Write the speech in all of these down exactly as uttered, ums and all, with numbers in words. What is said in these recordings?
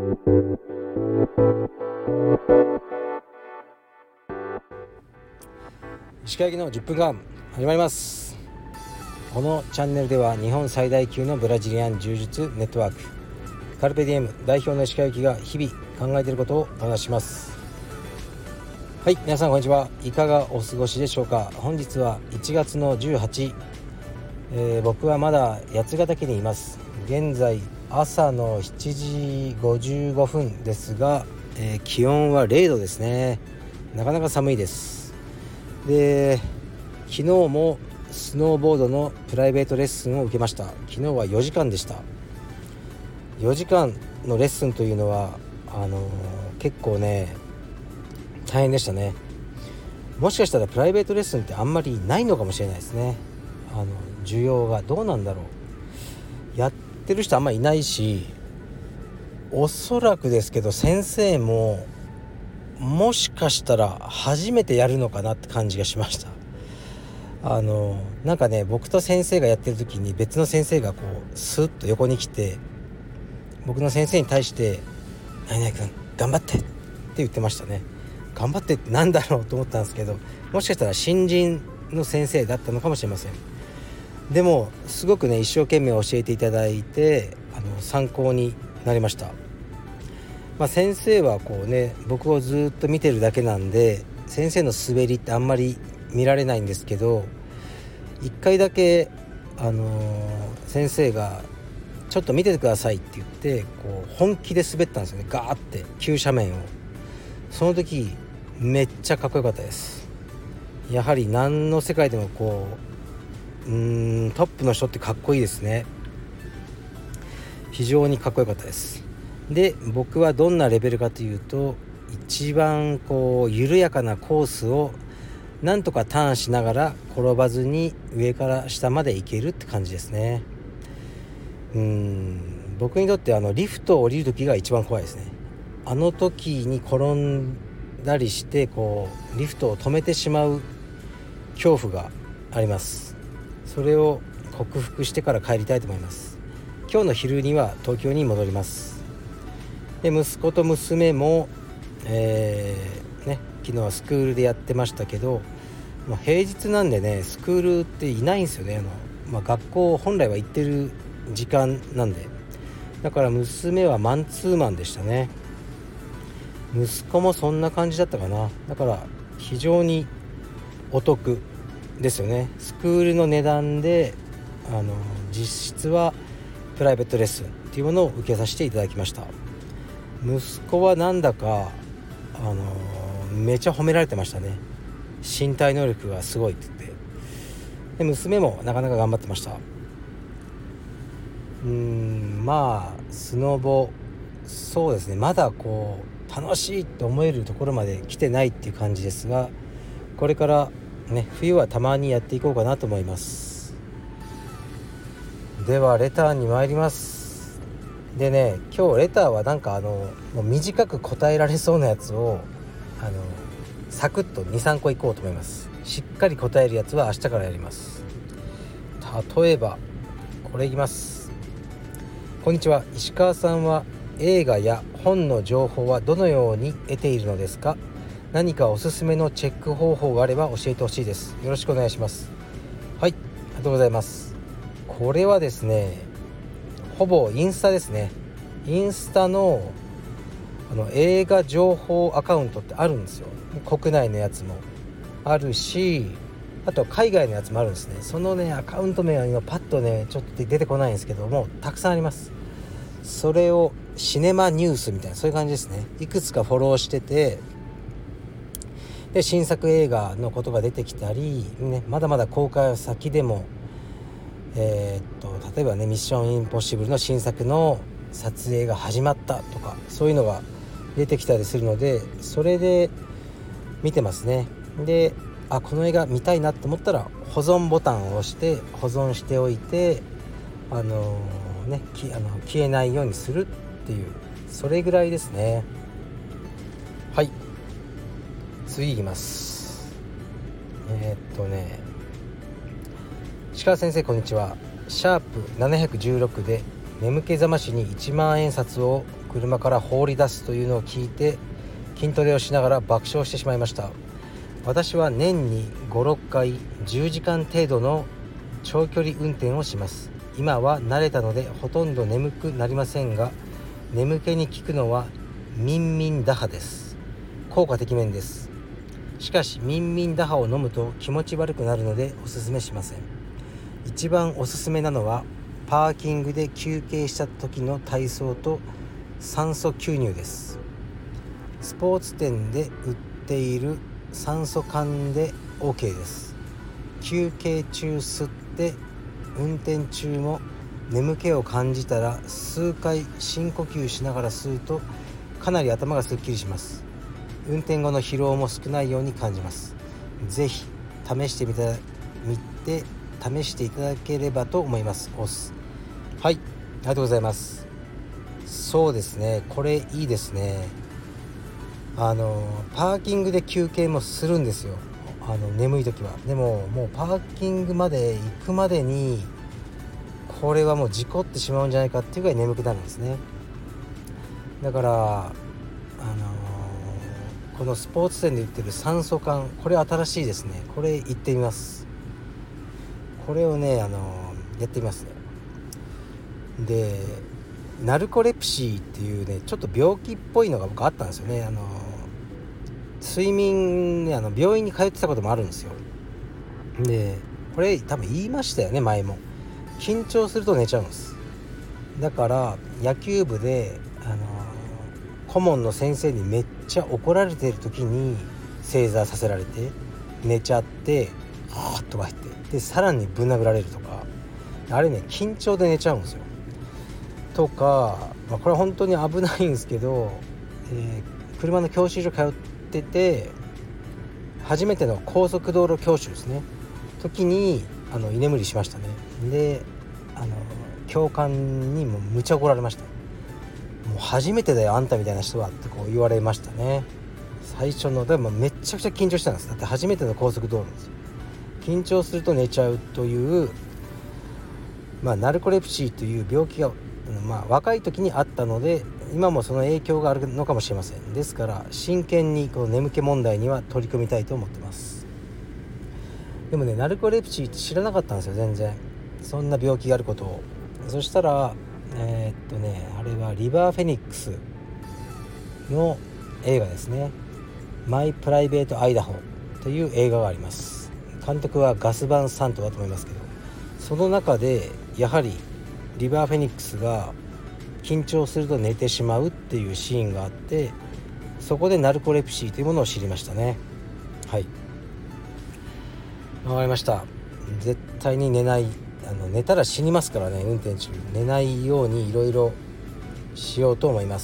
石川行きのじゅっぷんかん始まります。このチャンネルでは日本最大級のブラジリアン柔術ネットワークカルペディエム代表の石川行きが日々考えていることをお話しします。はい、皆さんこんにちは。いかがお過ごしでしょうか。本日はいちがつのじゅうはち、えー、僕はまだ八ヶ岳にいます。現在朝のしちじごじゅうごふんですが、えー、気温はれいどですね。なかなか寒いです。で、昨日もスノーボードのプライベートレッスンを受けました。昨日はよじかんでした。よじかんのレッスンというのはあのー、結構ね大変でしたね。もしかしたらプライベートレッスンってあんまりないのかもしれないですね。あの需要がどうなんだろう。やってる人あんまりいないし、おそらくですけど先生ももしかしたら初めてやるのかなって感じがしました。あのなんかね、僕と先生がやってる時に別の先生がこうスッと横に来て、僕の先生に対して何々君頑張ってって言ってましたね。頑張ってってなんだろうと思ったんですけど、もしかしたら新人の先生だったのかもしれません。でもすごくね一生懸命教えていただいて、あの参考になりました。まあ、先生はこうね僕をずっと見てるだけなんで先生の滑りってあんまり見られないんですけど、一回だけ、あのー、先生がちょっと見ててくださいって言ってこう本気で滑ったんですよね。ガーって急斜面を。その時めっちゃかっこよかったです。やはり何の世界でもこううーんトップの人ってかっこいいですね。非常にかっこよかったです。で、僕はどんなレベルかというと、一番こう緩やかなコースをなんとかターンしながら転ばずに上から下まで行けるって感じですね。うーん僕にとってあのリフトを降りる時が一番怖いですね。あの時に転んだりしてこうリフトを止めてしまう恐怖があります。それを克服してから帰りたいと思います。今日の昼には東京に戻ります。で、息子と娘も、えーね、昨日はスクールでやってましたけど、まあ、平日なんでねスクールっていないんですよね。あの、まあ、学校本来は行ってる時間なんで、だから娘はマンツーマンでしたね。息子もそんな感じだったかな。だから非常にお得ですよね。スクールの値段であの実質はプライベートレッスンっていうものを受けさせていただきました。息子はなんだかあのめちゃ褒められてましたね。身体能力がすごいって言って。で、娘もなかなか頑張ってました。うーんまあスノボ、そうですね、まだこう楽しいと思えるところまで来てないっていう感じですが、これからね冬はたまにやっていこうかなと思います。ではレターに参ります。でね、今日レターはなんかあのもう短く答えられそうなやつをあのサクッと にさんこいこうと思います。しっかり答えるやつは明日からやります。例えばこれいきます。こんにちは。石川さんは映画や本の情報はどのように得ているのですか？何かおすすめのチェック方法があれば教えてほしいです。よろしくお願いします。はい、ありがとうございます。これはですね、ほぼインスタですね。インスタのあの映画情報アカウントってあるんですよ。国内のやつもあるし、あと海外のやつもあるんですね。そのねアカウント名は今パッとねちょっと出てこないんですけども、たくさんあります。それをシネマニュースみたいなそういう感じですね。いくつかフォローしてて、で新作映画のことが出てきたり、ね、まだまだ公開は先でも、えー、っと例えばねミッションインポッシブルの新作の撮影が始まったとかそういうのが出てきたりするので、それで見てますね。で、あこの映画見たいなと思ったら保存ボタンを押して保存しておいて、あのーね、きあの消えないようにするっていう、それぐらいですね。はい、次いきます。えー、っとね石川先生こんにちは。シャープななひゃくじゅうろくで眠気覚ましにいちまん円札を車から放り出すというのを聞いて筋トレをしながら爆笑してしまいました。私は年にご、ろっかいじゅうじかん程度の長距離運転をします。今は慣れたのでほとんど眠くなりませんが、眠気に効くのはミンミン打破です。効果てきめんです。しかしミンミン打破を飲むと気持ち悪くなるのでおすすめしません。一番おすすめなのはパーキングで休憩した時の体操と酸素吸入です。スポーツ店で売っている酸素缶で OK です。休憩中吸って運転中も眠気を感じたら数回深呼吸しながら吸うとかなり頭がすっきりします。運転後の疲労も少ないように感じます。ぜひ試してみた見て試していただければと思います。おすはい、ありがとうございます。そうですね、これいいですね。あのパーキングで休憩もするんですよ。あの眠い時は。でももうパーキングまで行くまでにこれはもう事故ってしまうんじゃないかっていうぐらい眠くなるんですね。だからあのこのスポーツ店で売ってる酸素缶、これ新しいですね。これ行ってみます。これをねあのやってみますね。でナルコレプシーっていうねちょっと病気っぽいのが僕あったんですよね。あの睡眠ねあの病院に通ってたこともあるんですよ。でこれ多分言いましたよね前も。緊張すると寝ちゃうんです。だから野球部であの顧問の先生にめっちゃ怒られてる時に正座させられて寝ちゃってはーっとか言ってでさらにぶん殴られるとか、あれね緊張で寝ちゃうんですよ。とか、まあ、これは本当に危ないんですけど、えー、車の教習所通ってて初めての高速道路教習ですね時にあの居眠りしましたね。であの教官にもむちゃ怒られました。もう初めてだよあんたみたいな人はってこう言われましたね。最初のでもめっちゃくちゃ緊張したんです。だって初めての高速道路ですよ。緊張すると寝ちゃうという、まあ、ナルコレプシーという病気が、まあ、若い時にあったので今もその影響があるのかもしれません。ですから真剣にこの眠気問題には取り組みたいと思ってます。でもねナルコレプシーって知らなかったんですよ全然。そんな病気があることを。そしたらえー、っとねあれはリバー・フェニックスの映画ですね。マイ・プライベート・アイダホという映画があります。監督はガス・バン・サントだと思いますけど、その中でやはりリバー・フェニックスが緊張すると寝てしまうっていうシーンがあって、そこでナルコレプシーというものを知りましたね。はい、わかりました。絶対に寝ない、あの寝たら死にますからね。運転中寝ないようにいろいろしようと思います。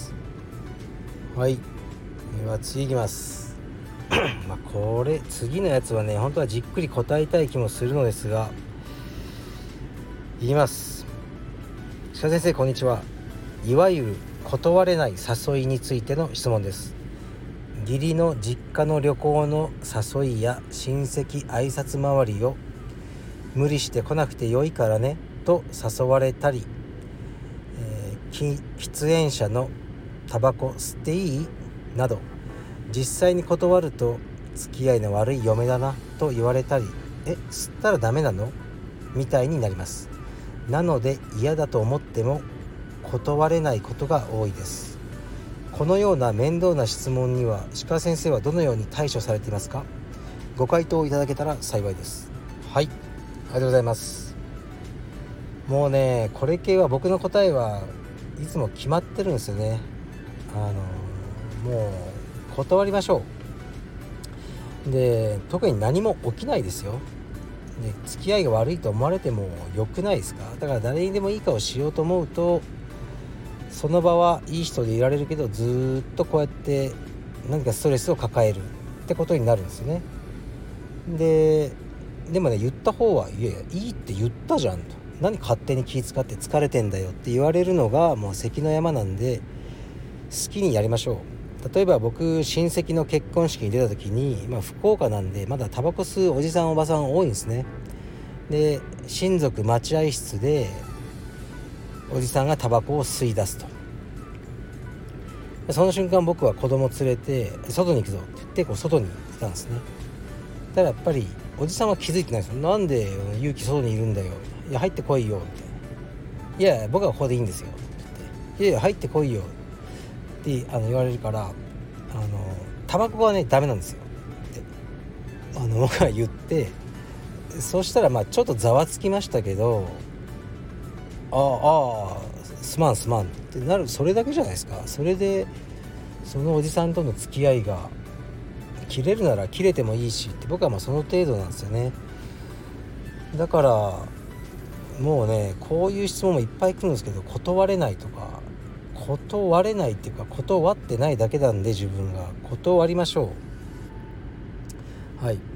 はい、では次いきますまあこれ次のやつはね本当はじっくり答えたい気もするのですがいきます。鹿先生こんにちは。いわゆる断れない誘いについての質問です。義理の実家の旅行の誘いや親戚挨拶回りを無理して来なくてよいからねと誘われたり、えー、喫煙者のタバコ吸っていいなど実際に断ると付き合いの悪い嫁だなと言われたり、え吸ったらダメなのみたいになります。なので嫌だと思っても断れないことが多いです。このような面倒な質問には鹿先生はどのように対処されていますか？ご回答いただけたら幸いです。はい、ありがとうございます。もうねこれ系は僕の答えはいつも決まってるんですよね。あのもう断りましょう。で特に何も起きないですよ。で付き合いが悪いと思われても良くないですか？だから誰にでもいい顔しようと思うとその場はいい人でいられるけどずっとこうやって何かストレスを抱えるってことになるんですよね。ででもね言った方はいやいやいいって言ったじゃんと、何勝手に気遣って疲れてんだよって言われるのがもう関の山なんで好きにやりましょう。例えば僕親戚の結婚式に出た時に、まあ、福岡なんでまだタバコ吸うおじさんおばさん多いんですね。で親族待合室でおじさんがタバコを吸い出すと。 その瞬間僕は子供連れて外に行くぞって言ってこう外に行ったんですね。ただやっぱりおじさんは気づいてないんですよ。なんで勇気外にいるんだよ、いや入ってこいよって、いやいや僕はここでいいんですよって言って、いやいや入ってこいよってあの言われるから、あのタバコはねダメなんですよってあの僕は言って、そしたらまあちょっとざわつきましたけど、あああすまんすまんってなる、それだけじゃないですか。それでそのおじさんとの付き合いが切れるなら切れてもいいしって、僕はまあその程度なんですよね。だからもうねこういう質問もいっぱい来るんですけど、断れないとか、断れないっていうか断ってないだけなんで、自分が断りましょう。はいね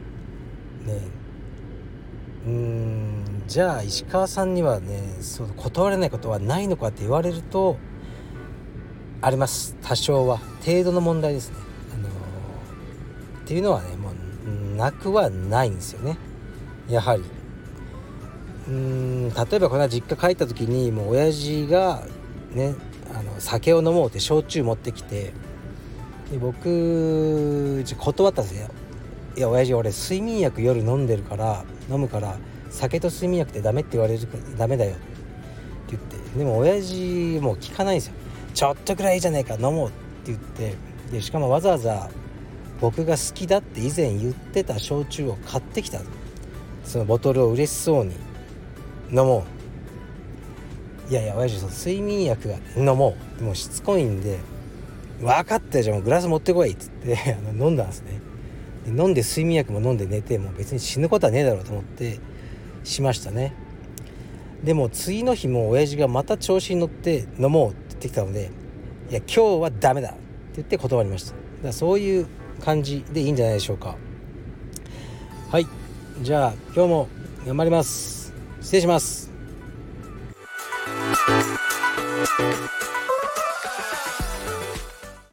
うーんじゃあ石川さんにはね、そう断れないことはないのかって言われるとあります。多少は程度の問題ですね。あのー、っていうのはねもうなくはないんですよね。やはりうーん例えばこの間実家帰った時にもう親父がねあの酒を飲もうって焼酎持ってきて、で僕断ったんですよ。いや親父俺睡眠薬夜飲んでるから飲むから酒と睡眠薬ってダメって言われるからダメだよって言って、でも親父もう聞かないんですよ。ちょっとくらいいいじゃないか飲もうって言って、でしかもわざわざ僕が好きだって以前言ってた焼酎を買ってきた。そのボトルを嬉しそうに飲もう、いやいや親父その睡眠薬が飲もう、もうしつこいんで分かったよじゃあもうグラス持ってこいっつってあの飲んだんですね。で飲んで睡眠薬も飲んで寝て、もう別に死ぬことはねえだろうと思ってしましたね。でも次の日も親父がまた調子に乗って飲もうって言ってきたので、いや今日はダメだって言って断りました。だからそういう感じでいいんじゃないでしょうか。はい、じゃあ今日も頑張ります。失礼します。